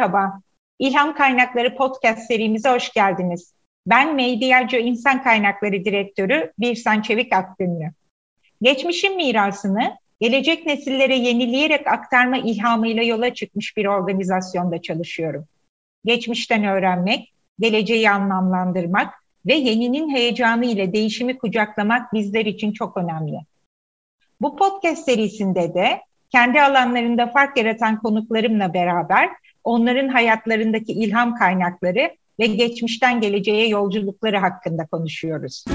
merhaba. İlham Kaynakları Podcast serimize hoş geldiniz. Ben Medyacı İnsan Kaynakları Direktörü Birsen Çevik Akgünlü. Geçmişin mirasını gelecek nesillere yenileyerek aktarma ilhamıyla yola çıkmış bir organizasyonda çalışıyorum. Geçmişten öğrenmek, geleceği anlamlandırmak ve yeninin heyecanı ile değişimi kucaklamak bizler için çok önemli. Bu podcast serisinde de kendi alanlarında fark yaratan konuklarımla beraber onların hayatlarındaki ilham kaynakları ve geçmişten geleceğe yolculukları hakkında konuşuyoruz.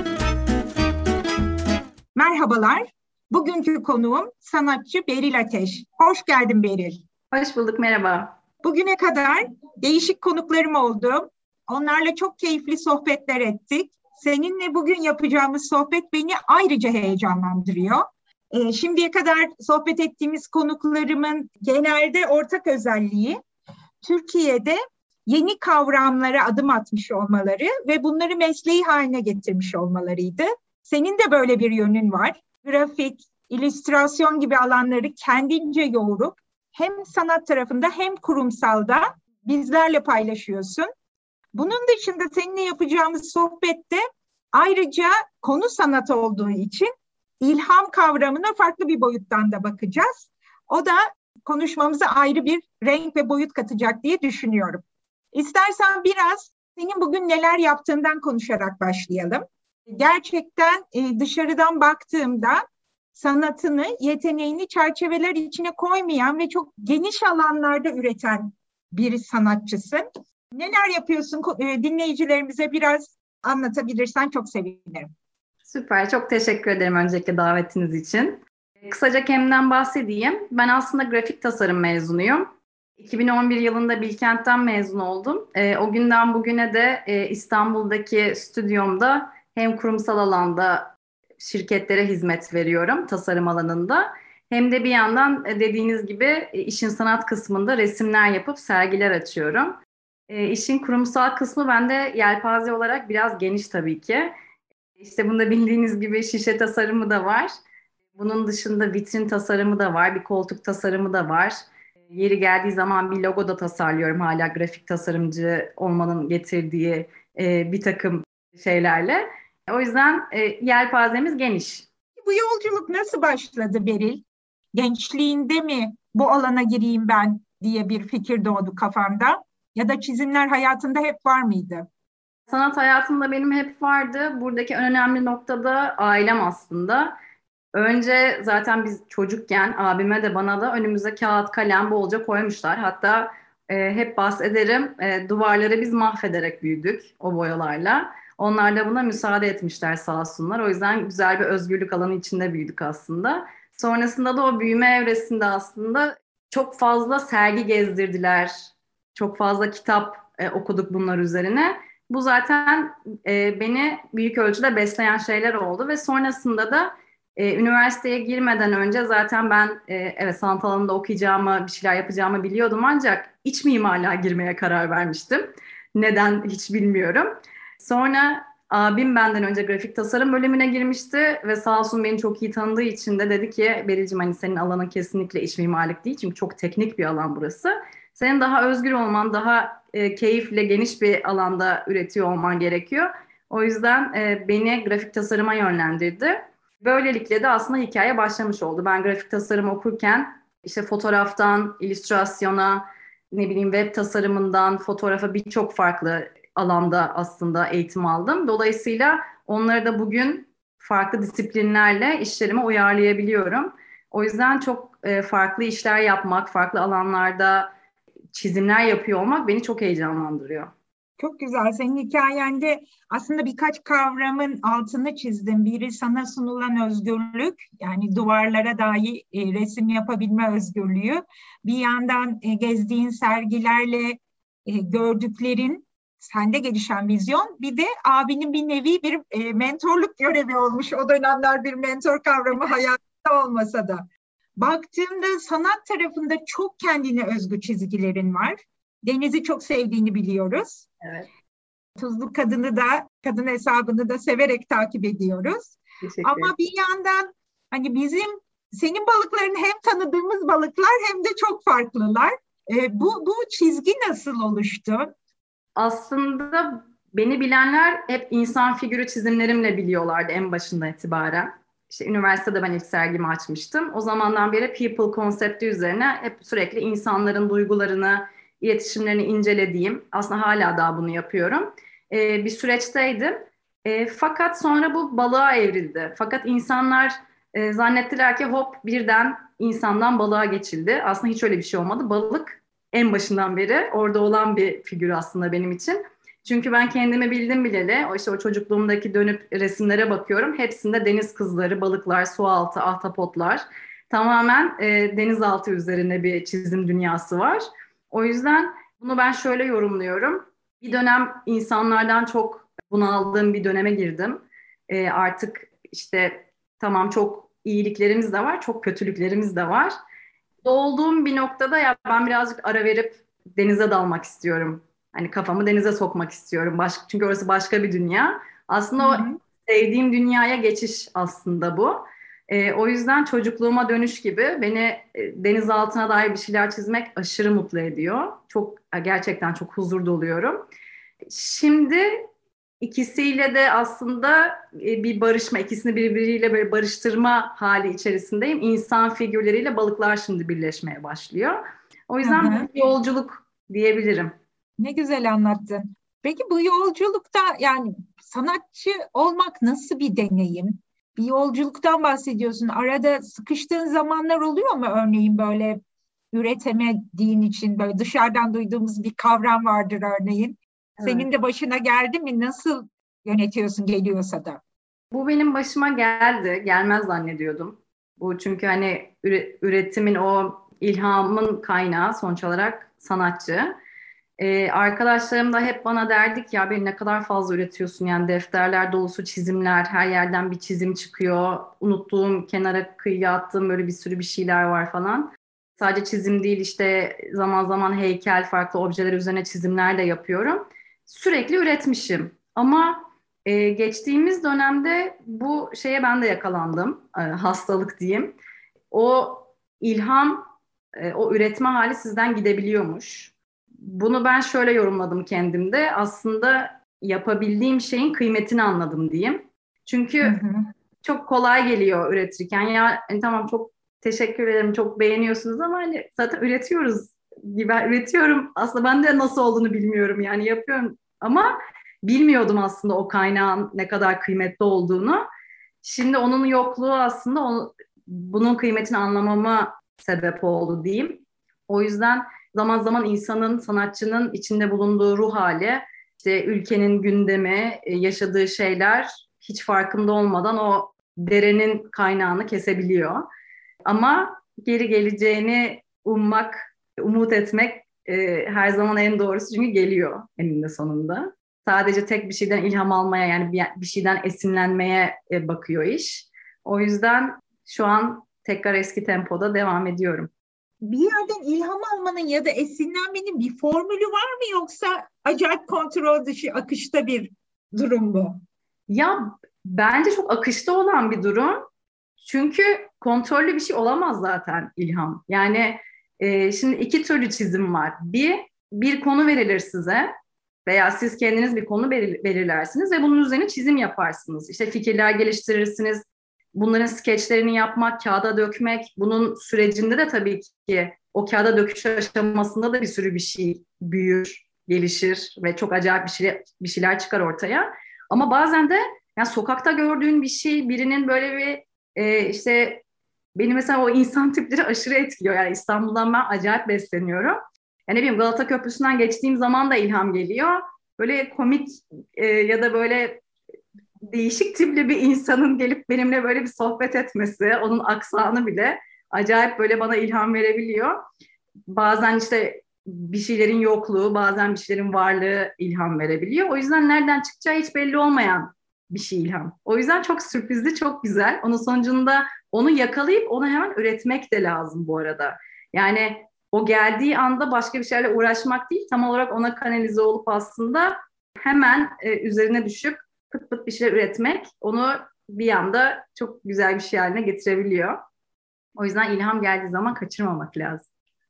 Merhabalar, bugünkü konuğum sanatçı Beril Ateş. Hoş geldin Beril. Hoş bulduk, merhaba. Bugüne kadar değişik konuklarım oldu. Onlarla çok keyifli sohbetler ettik. Seninle bugün yapacağımız sohbet beni ayrıca heyecanlandırıyor. Şimdiye kadar sohbet ettiğimiz konuklarımın genelde ortak özelliği Türkiye'de yeni kavramlara adım atmış olmaları ve bunları mesleği haline getirmiş olmalarıydı. Senin de böyle bir yönün var. Grafik, illüstrasyon gibi alanları kendince yoğurup hem sanat tarafında hem kurumsalda bizlerle paylaşıyorsun. Bunun dışında seninle yapacağımız sohbette ayrıca konu sanat olduğu için İlham kavramına farklı bir boyuttan da bakacağız. O da konuşmamıza ayrı bir renk ve boyut katacak diye düşünüyorum. İstersen biraz senin bugün neler yaptığından konuşarak başlayalım. Gerçekten dışarıdan baktığımda sanatını, yeteneğini çerçeveler içine koymayan ve çok geniş alanlarda üreten bir sanatçısın. Neler yapıyorsun? Dinleyicilerimize biraz anlatabilirsen çok sevinirim. Süper, çok teşekkür ederim öncelikle davetiniz için. Kısaca kendimden bahsedeyim. Ben aslında grafik tasarım mezunuyum. 2011 yılında Bilkent'ten mezun oldum. O günden bugüne de İstanbul'daki stüdyomda hem kurumsal alanda şirketlere hizmet veriyorum tasarım alanında. Hem de bir yandan dediğiniz gibi işin sanat kısmında resimler yapıp sergiler açıyorum. İşin kurumsal kısmı bende yelpaze olarak biraz geniş tabii ki. İşte bunda bildiğiniz gibi şişe tasarımı da var. Bunun dışında vitrin tasarımı da var, bir koltuk tasarımı da var. Yeri geldiği zaman bir logo da tasarlıyorum hala grafik tasarımcı olmanın getirdiği bir takım şeylerle. O yüzden yelpazemiz geniş. Bu yolculuk nasıl başladı Beril? Gençliğinde mi bu alana gireyim ben diye bir fikir doğdu kafanda? Ya da çizimler hayatında hep var mıydı? Sanat hayatımda benim hep vardı. Buradaki en önemli nokta da ailem aslında. Önce zaten biz çocukken abime de bana da önümüze kağıt, kalem bolca koymuşlar. Hatta hep bahsederim duvarları biz mahvederek büyüdük o boyalarla. Onlar da buna müsaade etmişler sağ olsunlar. O yüzden güzel bir özgürlük alanı içinde büyüdük aslında. Sonrasında da o büyüme evresinde aslında çok fazla sergi gezdirdiler. Çok fazla kitap okuduk bunlar üzerine. Bu zaten beni büyük ölçüde besleyen şeyler oldu ve sonrasında da üniversiteye girmeden önce zaten ben evet sanat alanında okuyacağımı, bir şeyler yapacağımı biliyordum ancak iç mimarlığa girmeye karar vermiştim. Neden hiç bilmiyorum. Sonra abim benden önce grafik tasarım bölümüne girmişti ve sağ olsun beni çok iyi tanıdığı için de dedi ki Beril'cim hani senin alanın kesinlikle iç mimarlık değil çünkü çok teknik bir alan burası. Senin daha özgür olman, daha keyifle geniş bir alanda üretiyor olman gerekiyor. O yüzden beni grafik tasarıma yönlendirdi. Böylelikle de aslında hikaye başlamış oldu. Ben grafik tasarım okurken işte fotoğraftan, illüstrasyona, ne bileyim web tasarımından, fotoğrafa birçok farklı alanda aslında eğitim aldım. Dolayısıyla onları da bugün farklı disiplinlerle işlerime uyarlayabiliyorum. O yüzden çok farklı işler yapmak, farklı alanlarda çizimler yapıyor olmak beni çok heyecanlandırıyor. Çok güzel. Senin hikayende aslında birkaç kavramın altını çizdim. Biri sana sunulan özgürlük, yani duvarlara dahi resim yapabilme özgürlüğü. Bir yandan gezdiğin sergilerle gördüklerin, sende gelişen vizyon. Bir de abinin bir nevi bir mentorluk görevi olmuş. O dönemler bir mentor kavramı hayatta olmasa da. Baktığımda sanat tarafında çok kendine özgü çizgilerin var. Deniz'i çok sevdiğini biliyoruz. Evet. Tuzlu Kadın'ı da, kadın hesabını da severek takip ediyoruz. Ama bir yandan hani senin balıkların hem tanıdığımız balıklar hem de çok farklılar. Bu çizgi nasıl oluştu? Aslında beni bilenler hep insan figürü çizimlerimle biliyorlardı en başından itibaren. İşte üniversitede ben ilk sergimi açmıştım. O zamandan beri people konsepti üzerine hep sürekli insanların duygularını, iletişimlerini incelediğim, aslında hala daha bunu yapıyorum. Bir süreçteydim. Fakat sonra bu balığa evrildi. Fakat insanlar zannettiler ki hop birden insandan balığa geçildi. Aslında hiç öyle bir şey olmadı. Balık en başından beri orada olan bir figür aslında benim için. Çünkü ben kendimi bildim bileli, o çocukluğumdaki dönüp resimlere bakıyorum. Hepsinde deniz kızları, balıklar, sualtı, ahtapotlar. Tamamen denizaltı üzerine bir çizim dünyası var. O yüzden bunu ben şöyle yorumluyorum. Bir dönem insanlardan çok bunaldığım bir döneme girdim. Artık işte tamam çok iyiliklerimiz de var, çok kötülüklerimiz de var. Olduğum bir noktada ya ben birazcık ara verip denize dalmak istiyorum. Hani kafamı denize sokmak istiyorum. Çünkü orası başka bir dünya. Hı Aslında o hı. sevdiğim dünyaya geçiş aslında bu. O yüzden çocukluğuma dönüş gibi beni deniz altına dair bir şeyler çizmek aşırı mutlu ediyor. Çok gerçekten çok huzur doluyorum. Şimdi ikisiyle de aslında bir barışma, ikisini birbiriyle böyle barıştırma hali içerisindeyim. İnsan figürleriyle balıklar şimdi birleşmeye başlıyor. O Hı yüzden hı. bir yolculuk diyebilirim. Ne güzel anlattın. Peki bu yolculukta yani sanatçı olmak nasıl bir deneyim? Bir yolculuktan bahsediyorsun. Arada sıkıştığın zamanlar oluyor mu örneğin böyle üretemediğin için böyle dışarıdan duyduğumuz bir kavram vardır örneğin. Evet. Senin de başına geldi mi? Nasıl yönetiyorsun geliyorsa da? Bu benim başıma geldi. Gelmez zannediyordum. Bu çünkü hani üretimin o ilhamın kaynağı sonuç olarak sanatçı. Arkadaşlarım da hep bana derdik ya beni ne kadar fazla üretiyorsun yani defterler dolusu çizimler her yerden bir çizim çıkıyor. Unuttuğum kenara kıyıya attığım böyle bir sürü bir şeyler var falan. Sadece çizim değil işte zaman zaman heykel farklı objeler üzerine çizimler de yapıyorum. Sürekli üretmişim ama geçtiğimiz dönemde bu şeye ben de yakalandım. Hastalık diyeyim. O ilham, o üretme hali sizden gidebiliyormuş. Bunu ben şöyle yorumladım kendimde. Aslında yapabildiğim şeyin kıymetini anladım diyeyim. Hı Çünkü hı. çok kolay geliyor üretirken. Ya hani tamam çok teşekkür ederim, çok beğeniyorsunuz ama hani zaten üretiyoruz gibi. Ben üretiyorum. Aslında ben de nasıl olduğunu bilmiyorum yani yapıyorum. Ama bilmiyordum aslında o kaynağın ne kadar kıymetli olduğunu. Şimdi onun yokluğu aslında bunun kıymetini anlamama sebep oldu diyeyim. O yüzden zaman zaman insanın, sanatçının içinde bulunduğu ruh hali, işte ülkenin gündemi, yaşadığı şeyler hiç farkında olmadan o derenin kaynağını kesebiliyor. Ama geri geleceğini umut etmek her zaman en doğrusu çünkü geliyor eninde sonunda. Sadece tek bir şeyden ilham almaya yani bir şeyden esinlenmeye bakıyor iş. O yüzden şu an tekrar eski tempoda devam ediyorum. Bir yerden ilham almanın ya da esinlenmenin bir formülü var mı yoksa acayip kontrol dışı akışta bir durum bu? Ya bence çok akışta olan bir durum. Çünkü kontrollü bir şey olamaz zaten ilham. Yani şimdi iki türlü çizim var. Bir konu verilir size veya siz kendiniz bir konu belirlersiniz ve bunun üzerine çizim yaparsınız. İşte fikirler geliştirirsiniz. Bunların skeçlerini yapmak, kağıda dökmek, bunun sürecinde de tabii ki o kağıda döküş aşamasında da bir sürü bir şey büyür, gelişir ve çok acayip bir şeyler çıkar ortaya. Ama bazen de yani sokakta gördüğün bir şey, birinin böyle bir işte beni mesela o insan tipleri aşırı etkiliyor. Yani İstanbul'dan ben acayip besleniyorum. Yani ne bileyim Galata Köprüsü'nden geçtiğim zaman da ilham geliyor. Böyle komik ya da böyle değişik tipli bir insanın gelip benimle böyle bir sohbet etmesi, onun aksanı bile acayip böyle bana ilham verebiliyor. Bazen işte bir şeylerin yokluğu, bazen bir şeylerin varlığı ilham verebiliyor. O yüzden nereden çıkacağı hiç belli olmayan bir şey ilham. O yüzden çok sürprizli, çok güzel. Onun sonucunda onu yakalayıp onu hemen üretmek de lazım bu arada. Yani o geldiği anda başka bir şeylerle uğraşmak değil, tam olarak ona kanalize olup aslında hemen üzerine düşüp pıt pıt bir şeyler üretmek onu bir anda çok güzel bir şey haline getirebiliyor. O yüzden ilham geldiği zaman kaçırmamak lazım.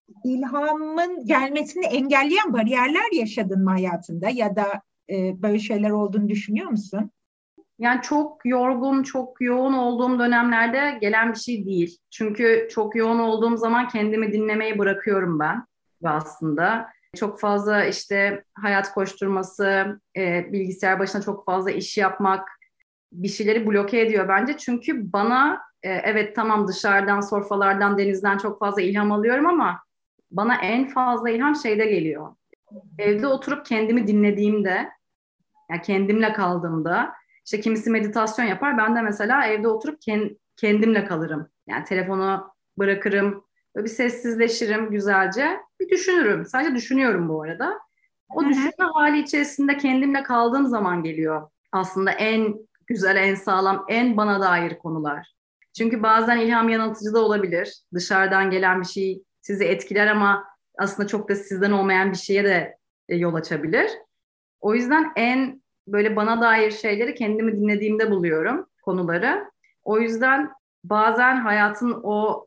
İlhamın gelmesini engelleyen bariyerler yaşadın mı hayatında ya da böyle şeyler olduğunu düşünüyor musun? Yani çok yorgun, çok yoğun olduğum dönemlerde gelen bir şey değil. Çünkü çok yoğun olduğum zaman kendimi dinlemeyi bırakıyorum ben ve aslında. Çok fazla işte hayat koşturması, bilgisayar başına çok fazla iş yapmak bir şeyleri bloke ediyor bence. Çünkü bana evet tamam dışarıdan, sofralardan, denizden çok fazla ilham alıyorum ama bana en fazla ilham şeyde geliyor. Evde oturup kendimi dinlediğimde, yani kendimle kaldığımda, işte kimisi meditasyon yapar. Ben de mesela evde oturup kendimle kalırım. Yani telefonu bırakırım, böyle bir sessizleşirim güzelce. Bir düşünürüm. Sadece düşünüyorum bu arada. Hı O hı. düşünme hali içerisinde kendimle kaldığım zaman geliyor. Aslında en güzel, en sağlam, en bana dair konular. Çünkü bazen ilham yanıltıcı da olabilir. Dışarıdan gelen bir şey sizi etkiler ama aslında çok da sizden olmayan bir şeye de yol açabilir. O yüzden en böyle bana dair şeyleri kendimi dinlediğimde buluyorum konuları. O yüzden bazen hayatın o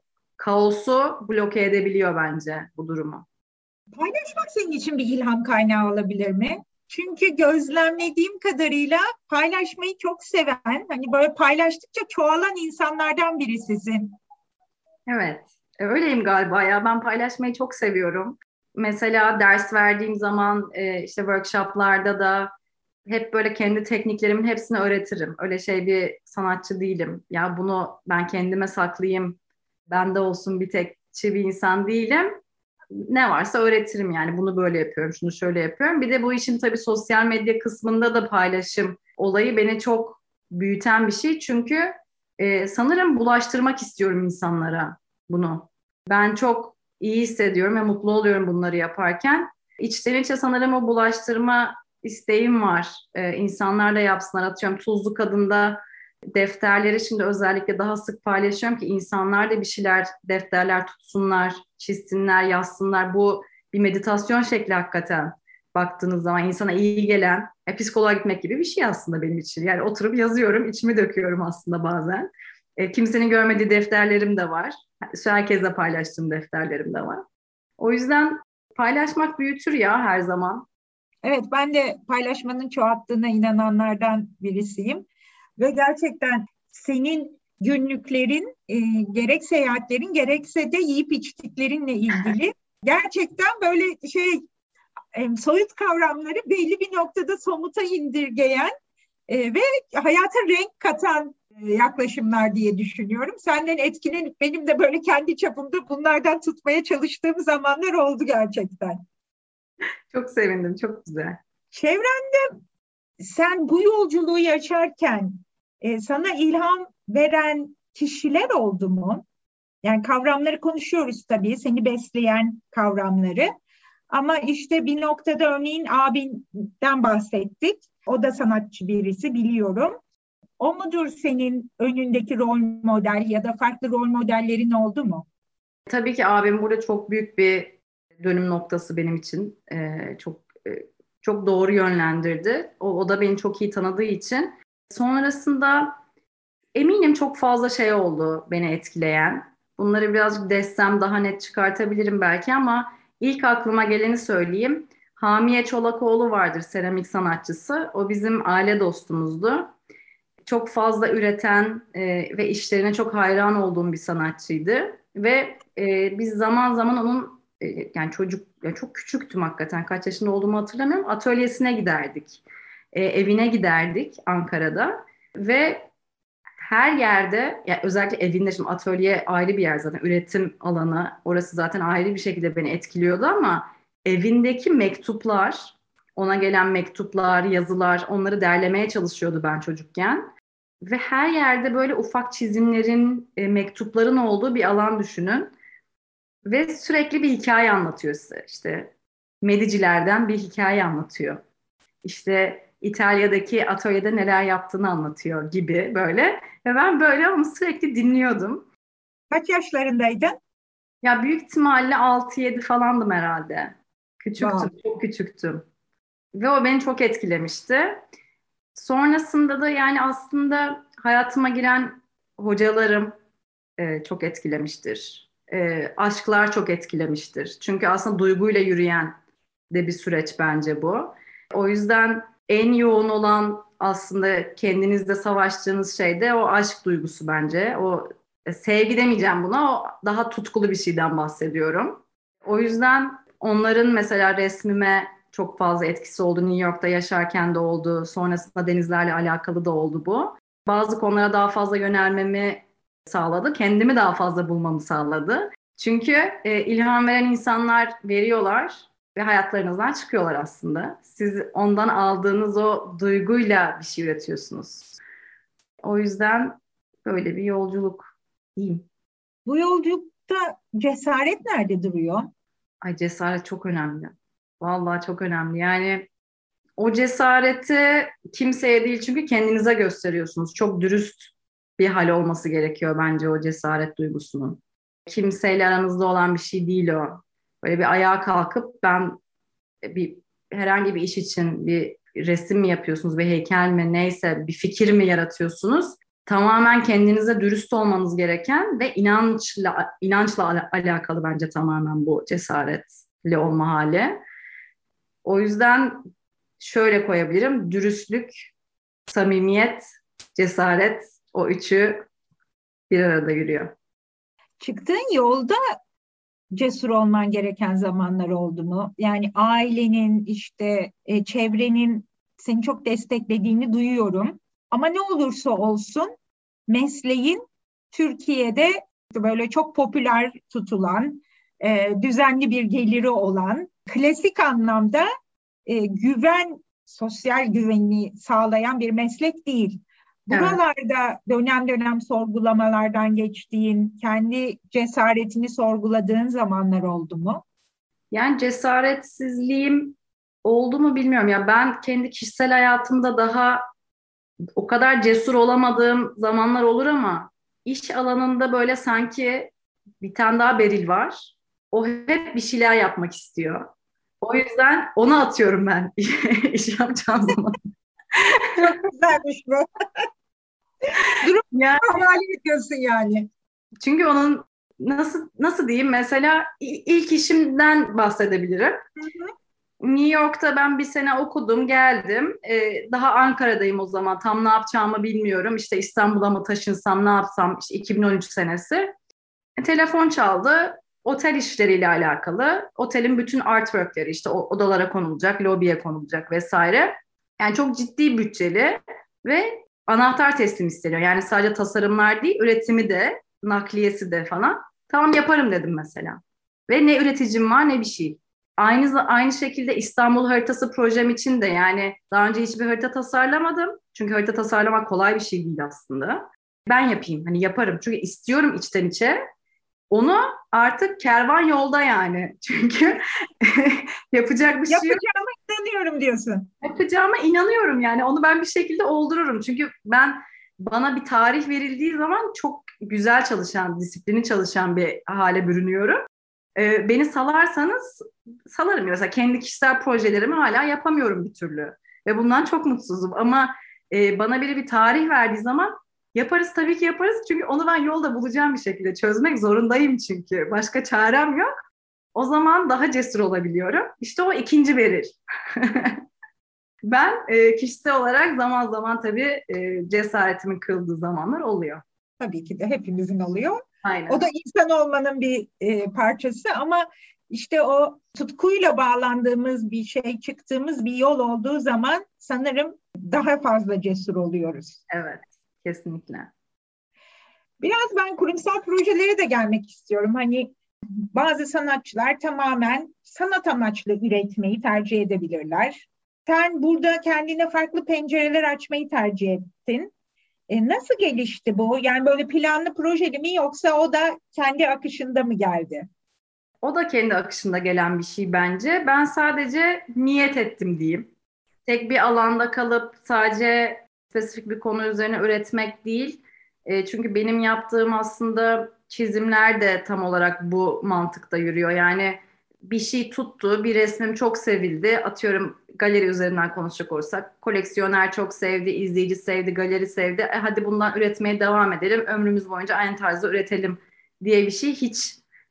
kaosu bloke edebiliyor bence bu durumu. Paylaşmak senin için bir ilham kaynağı olabilir mi? Çünkü gözlemlediğim kadarıyla paylaşmayı çok seven, hani böyle paylaştıkça çoğalan insanlardan birisisin. Evet, öyleyim galiba ya. Ben paylaşmayı çok seviyorum. Mesela ders verdiğim zaman işte workshoplarda da hep böyle kendi tekniklerimin hepsini öğretirim. Öyle şey bir sanatçı değilim. Ya bunu ben kendime saklayayım, bende olsun bir tekçi bir insan değilim. Ne varsa öğretirim yani. Bunu böyle yapıyorum, şunu şöyle yapıyorum. Bir de bu işin tabii sosyal medya kısmında da paylaşım olayı beni çok büyüten bir şey. Çünkü sanırım bulaştırmak istiyorum insanlara bunu. Ben çok iyi hissediyorum ve mutlu oluyorum bunları yaparken. İçten içe sanırım o bulaştırma isteğim var. İnsanlar da yapsınlar. Atıyorum Tuzlu Kadın'da defterleri şimdi özellikle daha sık paylaşıyorum ki insanlar da bir şeyler, defterler tutsunlar, çizsinler, yazsınlar. Bu bir meditasyon şekli hakikaten. Baktığınız zaman insana iyi gelen, psikoloğa gitmek gibi bir şey aslında benim için. Yani oturup yazıyorum, içimi döküyorum aslında bazen. Kimsenin görmediği defterlerim de var. Herkesle paylaştığım defterlerim de var. O yüzden paylaşmak büyütür ya her zaman. Evet, ben de paylaşmanın çoğalttığına inananlardan birisiyim. Ve gerçekten senin günlüklerin, gerek seyahatlerin gerekse de yiyip içtiklerinle ilgili gerçekten böyle soyut kavramları belli bir noktada somuta indirgeyen ve hayata renk katan yaklaşımlar diye düşünüyorum. Senden etkilenip benim de böyle kendi çapımda bunlardan tutmaya çalıştığım zamanlar oldu gerçekten. Çok sevindim, çok güzel. Çevrende sen bu yolculuğu yaşarken sana ilham veren kişiler oldu mu? Yani kavramları konuşuyoruz tabii, seni besleyen kavramları. Ama işte bir noktada örneğin abinden bahsettik. O da sanatçı birisi biliyorum. O mudur senin önündeki rol model ya da farklı rol modellerin oldu mu? Tabii ki abim burada çok büyük bir dönüm noktası benim için. Çok doğru yönlendirdi. O da beni çok iyi tanıdığı için. Sonrasında eminim çok fazla şey oldu beni etkileyen. Bunları birazcık destem daha net çıkartabilirim belki ama ilk aklıma geleni söyleyeyim. Hamiye Çolakoğlu vardır, seramik sanatçısı. O bizim aile dostumuzdu. Çok fazla üreten ve işlerine çok hayran olduğum bir sanatçıydı. Ve biz zaman zaman onun yani çok küçüktüm hakikaten, kaç yaşında olduğumu hatırlamıyorum. Atölyesine giderdik. Evine giderdik Ankara'da ve her yerde, yani özellikle evinde, şimdi atölye ayrı bir yer zaten, üretim alanı orası zaten ayrı bir şekilde beni etkiliyordu ama evindeki mektuplar, ona gelen mektuplar, yazılar, onları derlemeye çalışıyordu ben çocukken. Ve her yerde böyle ufak çizimlerin, mektupların olduğu bir alan düşünün. Ve sürekli bir hikaye anlatıyor size. İşte Medicilerden bir hikaye anlatıyor. İşte İtalya'daki atölyede neler yaptığını anlatıyor gibi böyle. Ve ben böyle onu sürekli dinliyordum. Kaç yaşlarındaydın? Ya büyük ihtimalle 6-7 falandım herhalde. Küçüktüm, Wow. çok küçüktüm. Ve o beni çok etkilemişti. Sonrasında da yani aslında hayatıma giren hocalarım çok etkilemiştir. aşklar çok etkilemiştir. Çünkü aslında duyguyla yürüyen de bir süreç bence bu. O yüzden en yoğun olan aslında kendinizde savaştığınız şey de o aşk duygusu bence. O sevgi demeyeceğim buna, o daha tutkulu bir şeyden bahsediyorum. O yüzden onların mesela resmime çok fazla etkisi oldu. New York'ta yaşarken de oldu. Sonrasında denizlerle alakalı da oldu bu. Bazı konulara daha fazla yönelmemi sağladı. Kendimi daha fazla bulmamı sağladı. Çünkü ilham veren insanlar veriyorlar ve hayatlarınızdan çıkıyorlar aslında. Siz ondan aldığınız o duyguyla bir şey üretiyorsunuz. O yüzden böyle bir yolculuk diyeyim. Bu yolculukta cesaret nerede duruyor? Ay, cesaret çok önemli. Vallahi çok önemli. Yani o cesareti kimseye değil, çünkü kendinize gösteriyorsunuz. Çok dürüst bir hal olması gerekiyor bence o cesaret duygusunun. Kimseyle aranızda olan bir şey değil o. Böyle bir ayağa kalkıp ben bir herhangi bir iş için bir resim mi yapıyorsunuz, bir heykel mi, neyse bir fikir mi yaratıyorsunuz? Tamamen kendinize dürüst olmanız gereken ve inançla alakalı bence tamamen bu cesaretli olma hali. O yüzden şöyle koyabilirim: dürüstlük, samimiyet, cesaret, o üçü bir arada yürüyor. Çıktığın yolda cesur olman gereken zamanlar oldu mu? Yani ailenin, işte çevrenin seni çok desteklediğini duyuyorum. Ama ne olursa olsun mesleğin Türkiye'de böyle çok popüler tutulan, düzenli bir geliri olan, klasik anlamda sosyal güvenliği sağlayan bir meslek değil. Evet. Buralarda dönem dönem sorgulamalardan geçtiğin, kendi cesaretini sorguladığın zamanlar oldu mu? Yani cesaretsizliğim oldu mu bilmiyorum. Ya ben kendi kişisel hayatımda daha o kadar cesur olamadığım zamanlar olur ama iş alanında böyle sanki bir tane daha Beril var. O hep bir şeyler yapmak istiyor. O yüzden ona atıyorum ben iş yapacağım zaman. Çok güzelmiş bu. Durum Yani havale ediyorsun yani. çünkü onun nasıl diyeyim, mesela ilk işimden bahsedebilirim. Hı hı. New York'ta ben bir sene okudum, geldim. Daha Ankara'dayım o zaman. Tam ne yapacağımı bilmiyorum. İşte İstanbul'a mı taşınsam, ne yapsam? İşte 2013 senesi. Telefon çaldı. Otel işleriyle alakalı. Otelin bütün artworkleri, işte odalara konulacak, lobiye konulacak vesaire. Yani çok ciddi bütçeli ve anahtar teslim isteniyor. Yani sadece tasarımlar değil, üretimi de, nakliyesi de falan. Tamam, yaparım dedim mesela. Ve ne üreticim var ne bir şey. Aynı şekilde İstanbul haritası projem için de, yani daha önce hiçbir harita tasarlamadım. Çünkü harita tasarlamak kolay bir şey değil aslında. Ben yapayım, hani yaparım. Çünkü istiyorum içten içe. Onu artık kervan yolda yani. Çünkü yapacak bir şey yok. Yapacağıma inanıyorum diyorsun. Yapacağıma inanıyorum yani. Onu ben bir şekilde oldururum. Çünkü bana bir tarih verildiği zaman çok güzel çalışan, disiplini çalışan bir hale bürünüyorum. Beni salarsanız salarım. Mesela kendi kişisel projelerimi hala yapamıyorum bir türlü. Ve bundan çok mutsuzum. Ama bana biri bir tarih verdiği zaman yaparız, tabii ki yaparız. Çünkü onu ben yolda bulacağım bir şekilde. Çözmek zorundayım çünkü. Başka çarem yok. O zaman daha cesur olabiliyorum. İşte o ikinci Beril. Ben kişisel olarak zaman zaman tabii cesaretimin kırıldığı zamanlar oluyor. Tabii ki de hepimizin oluyor. O da Aynen. insan olmanın bir parçası ama işte o tutkuyla bağlandığımız bir şey, çıktığımız bir yol olduğu zaman sanırım daha fazla cesur oluyoruz. Evet, kesinlikle. Biraz ben kurumsal projelere de gelmek istiyorum. Hani bazı sanatçılar tamamen sanat amaçlı üretmeyi tercih edebilirler. Sen burada kendine farklı pencereler açmayı tercih ettin. Nasıl gelişti bu? Yani böyle planlı projeli mi yoksa o da kendi akışında mı geldi? O da kendi akışında gelen bir şey bence. Ben sadece niyet ettim diyeyim. Tek bir alanda kalıp sadece spesifik bir konu üzerine üretmek değil. Çünkü benim yaptığım aslında çizimler de tam olarak bu mantıkta yürüyor. Yani bir şey tuttu, bir resmim çok sevildi. Atıyorum, galeri üzerinden konuşacak olursak, koleksiyoner çok sevdi, izleyici sevdi, galeri sevdi. Hadi bundan üretmeye devam edelim, ömrümüz boyunca aynı tarzda üretelim diye bir şey hiç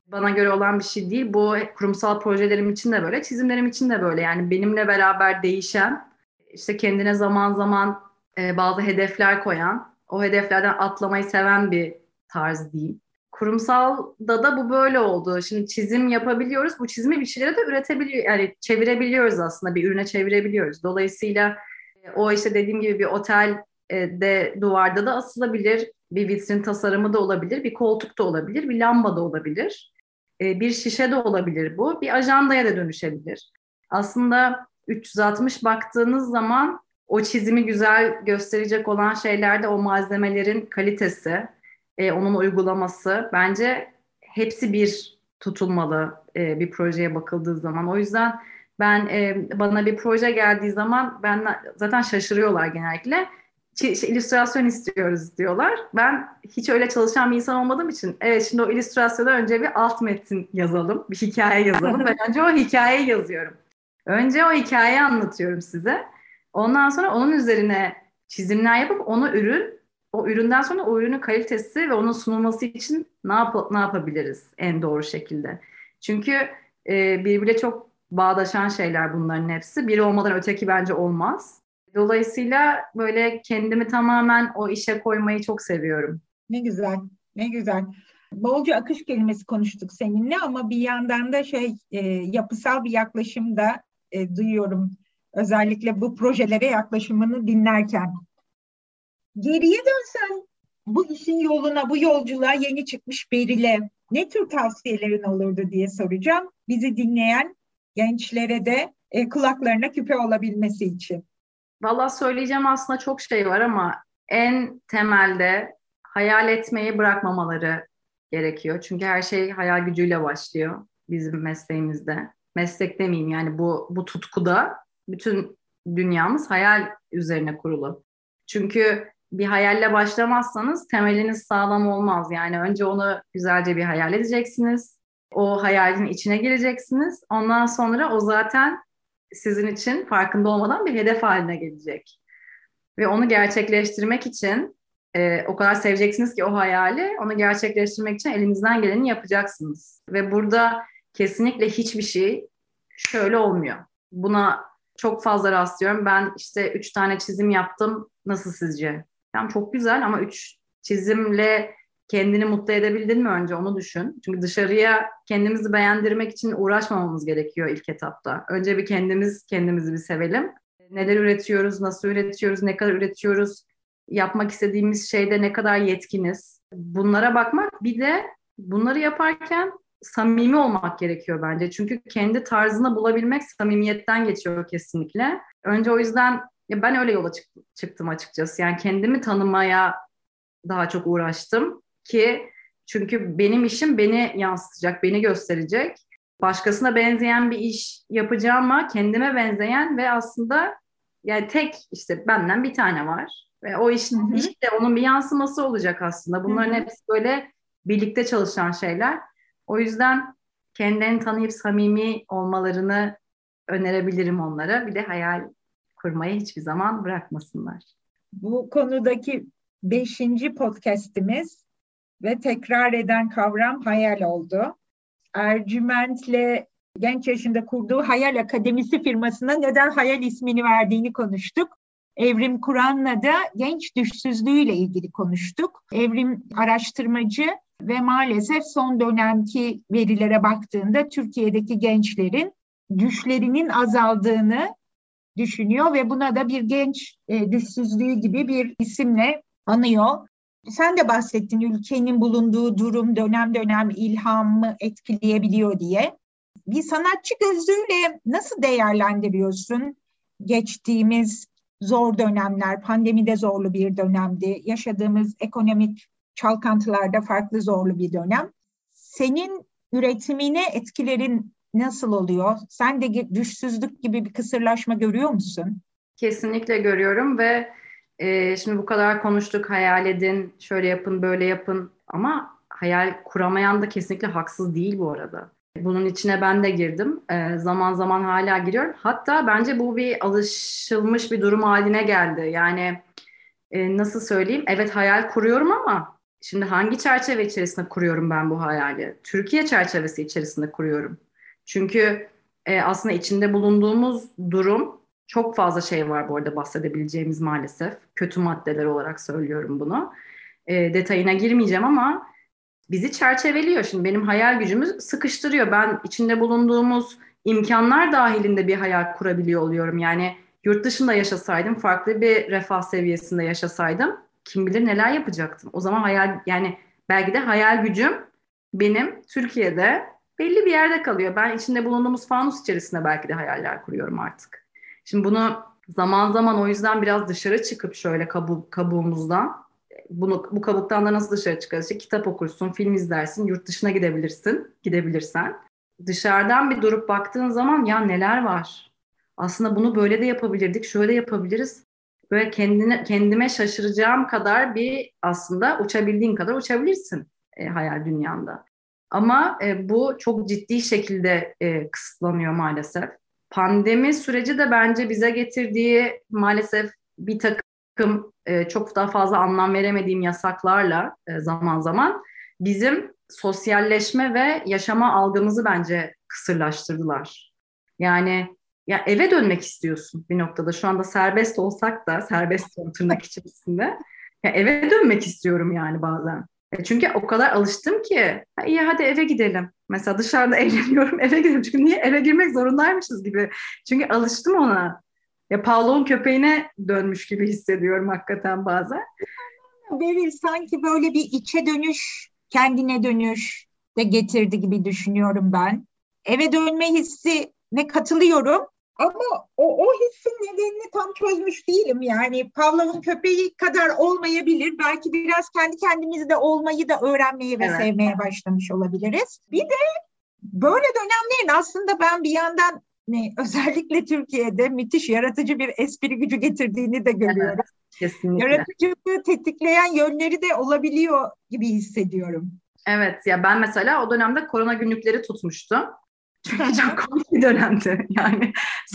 Bana göre olan bir şey değil. Bu kurumsal projelerim için de böyle, çizimlerim için de böyle. Yani benimle beraber değişen, işte kendine zaman zaman bazı hedefler koyan, o hedeflerden atlamayı seven bir tarz değil. Kurumsalda da bu böyle oldu. Şimdi çizim yapabiliyoruz. Bu çizimi bir şeylere de üretebiliyor, yani çevirebiliyoruz aslında, bir ürüne çevirebiliyoruz. Dolayısıyla o işte dediğim gibi bir otel de duvarda da asılabilir, bir vitrin tasarımı da olabilir, bir koltuk da olabilir, bir lamba da olabilir, bir şişe de olabilir bu, bir ajandaya da dönüşebilir. Aslında 360 baktığınız zaman o çizimi güzel gösterecek olan şeylerde o malzemelerin kalitesi, onun uygulaması bence hepsi bir tutulmalı bir projeye bakıldığı zaman. O yüzden ben bana bir proje geldiği zaman ben zaten şaşırıyorlar genellikle. İllüstrasyon istiyoruz diyorlar. Ben hiç öyle çalışan bir insan olmadığım için evet şimdi o illüstrasyona önce bir alt metin yazalım, bir hikaye yazalım. Ben önce o hikayeyi yazıyorum. Önce o hikayeyi anlatıyorum size. Ondan sonra onun üzerine çizimler yapıp o üründen sonra o ürünün kalitesi ve onun sunulması için ne yapabiliriz en doğru şekilde. Çünkü birbiriyle çok bağdaşan şeyler bunların hepsi. Biri olmadan öteki bence olmaz. Dolayısıyla böyle kendimi tamamen o işe koymayı çok seviyorum. Ne güzel, ne güzel. Bolca akış kelimesi konuştuk seninle ama bir yandan da yapısal bir yaklaşım da duyuyorum. Özellikle bu projelere yaklaşımını dinlerken. Geriye dönsen bu işin yoluna, bu yolculuğa yeni çıkmış Beril'e ne tür tavsiyelerin olurdu diye soracağım. Bizi dinleyen gençlere de kulaklarına küpe olabilmesi için. Vallahi söyleyeceğim aslında çok şey var ama en temelde hayal etmeyi bırakmamaları gerekiyor. Çünkü her şey hayal gücüyle başlıyor bizim mesleğimizde. Meslek demeyeyim yani bu tutkuda bütün dünyamız hayal üzerine kurulu. Çünkü bir hayalle başlamazsanız temeliniz sağlam olmaz. Yani önce onu güzelce bir hayal edeceksiniz. O hayalin içine gireceksiniz. Ondan sonra o zaten sizin için farkında olmadan bir hedef haline gelecek. Ve onu gerçekleştirmek için o kadar seveceksiniz ki o hayali, onu gerçekleştirmek için elinizden geleni yapacaksınız. Ve burada kesinlikle hiçbir şey şöyle olmuyor. Buna çok fazla rastlıyorum. Ben işte 3 tane çizim yaptım. Nasıl sizce? Tamam çok güzel ama 3 çizimle kendini mutlu edebildin mi önce onu düşün. Çünkü dışarıya kendimizi beğendirmek için uğraşmamamız gerekiyor ilk etapta. Önce bir kendimizi bir sevelim. Neler üretiyoruz, nasıl üretiyoruz, ne kadar üretiyoruz, yapmak istediğimiz şeyde ne kadar yetkiniz. Bunlara bakmak, bir de bunları yaparken samimi olmak gerekiyor bence. Çünkü kendi tarzını bulabilmek samimiyetten geçiyor kesinlikle. Önce o yüzden ben öyle yola çıktım açıkçası. Yani kendimi tanımaya daha çok uğraştım ki çünkü benim işim beni yansıtacak, beni gösterecek. Başkasına benzeyen bir iş yapacağıma kendime benzeyen ve aslında yani tek işte benden bir tane var. Ve o iş, Hı hı. iş de onun bir yansıması olacak aslında. Bunların Hı hı. hepsi böyle birlikte çalışan şeyler. O yüzden kendilerini tanıyıp samimi olmalarını önerebilirim onlara. Bir de hayal kurmayı hiçbir zaman bırakmasınlar. Bu konudaki 5. podcast'imiz ve tekrar eden kavram hayal oldu. Ercüment'le genç yaşında kurduğu Hayal Akademisi firmasına neden Hayal ismini verdiğini konuştuk. Evrim Kur'an'la da genç düşsüzlüğüyle ilgili konuştuk. Evrim araştırmacı ve maalesef son dönemki verilere baktığında Türkiye'deki gençlerin düşlerinin azaldığını düşünüyor ve buna da bir genç düşsüzlüğü gibi bir isimle anıyor. Sen de bahsettin ülkenin bulunduğu durum dönem dönem ilhamı etkileyebiliyor diye. Bir sanatçı gözüyle nasıl değerlendiriyorsun geçtiğimiz zor dönemler, pandemide zorlu bir dönemdi, yaşadığımız ekonomik çalkantılarda farklı zorlu bir dönem. Senin üretimine etkilerin nasıl oluyor? Sen de düşsüzlük gibi bir kısırlaşma görüyor musun? Kesinlikle görüyorum ve şimdi bu kadar konuştuk, hayal edin, şöyle yapın, böyle yapın ama hayal kuramayan da kesinlikle haksız değil bu arada. Bunun içine ben de girdim. Zaman zaman hala giriyorum. Hatta bence bu bir alışılmış bir durum haline geldi. Yani nasıl söyleyeyim? Evet hayal kuruyorum ama Şimdi hangi çerçeve içerisinde kuruyorum ben bu hayali? Türkiye çerçevesi içerisinde kuruyorum. Çünkü aslında içinde bulunduğumuz durum, çok fazla şey var bu arada bahsedebileceğimiz maalesef. Kötü maddeler olarak söylüyorum bunu. Detayına girmeyeceğim ama bizi çerçeveliyor. Şimdi benim hayal gücümü sıkıştırıyor. Ben içinde bulunduğumuz imkanlar dahilinde bir hayal kurabiliyor oluyorum. Yani yurt dışında yaşasaydım, farklı bir refah seviyesinde yaşasaydım, kim bilir neler yapacaktım. O zaman yani belki de hayal gücüm benim Türkiye'de belli bir yerde kalıyor. Ben içinde bulunduğumuz fanus içerisinde belki de hayaller kuruyorum artık. Şimdi bunu zaman zaman o yüzden biraz dışarı çıkıp şöyle kabuğumuzdan, bu kabuktan da nasıl dışarı çıkarız? İşte kitap okursun, film izlersin, yurt dışına gidebilirsen. Dışarıdan bir durup baktığın zaman ya neler var? Aslında bunu böyle de yapabilirdik, şöyle yapabiliriz. Böyle kendime şaşıracağım kadar bir, aslında uçabildiğin kadar uçabilirsin hayal dünyanda. Ama bu çok ciddi şekilde kısıtlanıyor maalesef. Pandemi süreci de bence bize getirdiği maalesef bir takım çok daha fazla anlam veremediğim yasaklarla zaman zaman bizim sosyalleşme ve yaşama algımızı bence kısırlaştırdılar. Yani ya eve dönmek istiyorsun bir noktada. Şu anda serbest olsak da, serbest tırnak içerisinde, ya eve dönmek istiyorum yani bazen. Çünkü o kadar alıştım ki iyi hadi eve gidelim. Mesela dışarıda eğleniyorum, eve gidelim. Çünkü niye eve girmek zorundaymışız gibi. Çünkü alıştım ona. Ya Pavlov'un köpeğine dönmüş gibi hissediyorum hakikaten bazen. Beril, sanki böyle bir içe dönüş, kendine dönüş de getirdi gibi düşünüyorum ben. Eve dönme hissine katılıyorum ama o hissin nedenini tam çözmüş değilim. Yani Pavlov'un köpeği kadar olmayabilir. Belki biraz kendi kendimizde olmayı da öğrenmeye ve sevmeye başlamış olabiliriz. Bir de böyle dönemlerin aslında ben bir yandan özellikle Türkiye'de müthiş yaratıcı bir espri gücü getirdiğini de görüyorum. Evet, kesinlikle. Yaratıcılığı tetikleyen yönleri de olabiliyor gibi hissediyorum. Evet, ya ben mesela o dönemde korona günlükleri tutmuştum. Çünkü çok komik bir dönemdi. Yani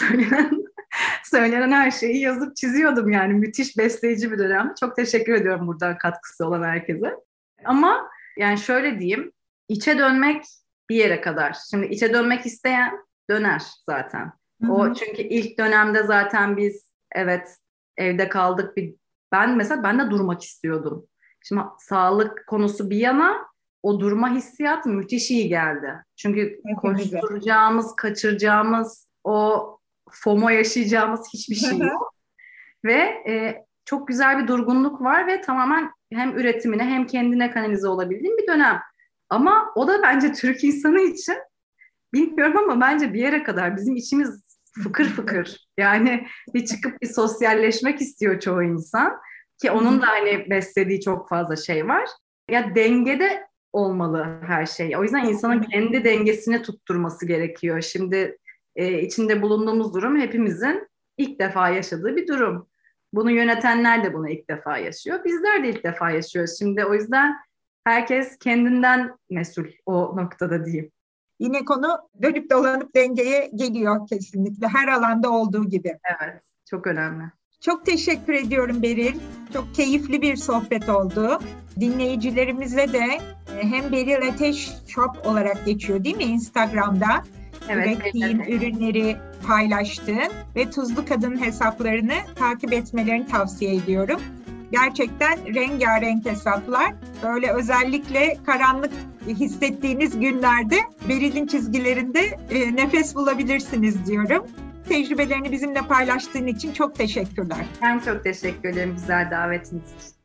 söylenen her şeyi yazıp çiziyordum yani. Müthiş besleyici bir dönemdi. Çok teşekkür ediyorum buradan katkısı olan herkese. Ama yani şöyle diyeyim, içe dönmek bir yere kadar. Şimdi içe dönmek isteyen döner zaten. O çünkü ilk dönemde zaten biz evet evde kaldık. Ben de durmak istiyordum. Şimdi sağlık konusu bir yana, o durma hissiyatı müthiş iyi geldi. Çünkü koşturacağımız, kaçıracağımız, o FOMO yaşayacağımız hiçbir şey yok. Ve çok güzel bir durgunluk var ve tamamen hem üretimine hem kendine kanalize olabildiğin bir dönem. Ama o da bence Türk insanı için, bilmiyorum ama bence bir yere kadar bizim içimiz fıkır fıkır. Yani bir çıkıp bir sosyalleşmek istiyor çoğu insan. Ki onun da hani beslediği çok fazla şey var. Ya dengede olmalı her şey. O yüzden insanın kendi dengesini tutturması gerekiyor. Şimdi içinde bulunduğumuz durum hepimizin ilk defa yaşadığı bir durum. Bunu yönetenler de bunu ilk defa yaşıyor. Bizler de ilk defa yaşıyoruz. Şimdi o yüzden herkes kendinden mesul o noktada diyeyim. Yine konu dönüp dolanıp dengeye geliyor kesinlikle. Her alanda olduğu gibi. Evet, çok önemli. Çok teşekkür ediyorum Beril. Çok keyifli bir sohbet oldu. Dinleyicilerimize de hem Beril Ateş Shop olarak geçiyor değil mi Instagram'da? Evet, ürettiğin ürünleri paylaştığın ve Tuzlu Kadın hesaplarını takip etmelerini tavsiye ediyorum. Gerçekten rengarenk hesaplar. Böyle özellikle karanlık hissettiğiniz günlerde Beril'in çizgilerinde nefes bulabilirsiniz diyorum. Tecrübelerini bizimle paylaştığın için çok teşekkürler. Ben çok teşekkür ederim güzel davetiniz için.